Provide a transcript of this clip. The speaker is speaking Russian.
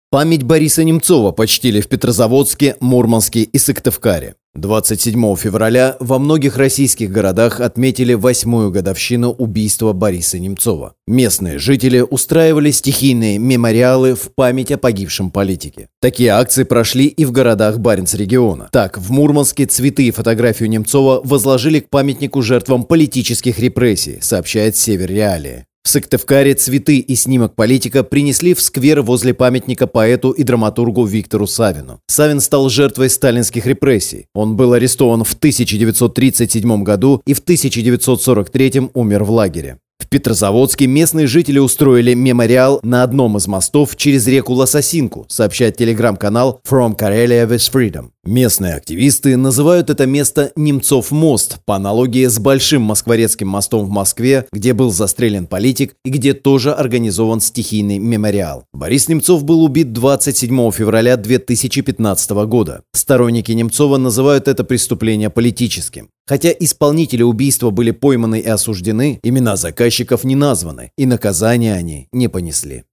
Память Бориса Немцова почтили в Петрозаводске, Мурманске и Сыктывкаре. 27 февраля во многих российских городах отметили 8-ю годовщину убийства Бориса Немцова. Местные жители устраивали стихийные мемориалы в память о погибшем политике. Такие акции прошли и в городах Баренц-региона. Так, в Мурманске цветы и фотографию Немцова возложили к памятнику жертвам политических репрессий, сообщает Север Реалии. В Сыктывкаре цветы и снимок политика принесли в сквер возле памятника поэту и драматургу Виктору Савину. Савин стал жертвой сталинских репрессий. Он был арестован в 1937 году и в 1943 умер в лагере. В Петрозаводске местные жители устроили мемориал на одном из мостов через реку Лососинку, сообщает телеграм-канал From Karelia with Freedom. Местные активисты называют это место Немцов мост, по аналогии с Большим Москворецким мостом в Москве, где был застрелен политик и где тоже организован стихийный мемориал. Борис Немцов был убит 27 февраля 2015 года. Сторонники Немцова называют это преступление политическим. Хотя исполнители убийства были пойманы и осуждены, имена заказчиков не названы, и наказания они не понесли.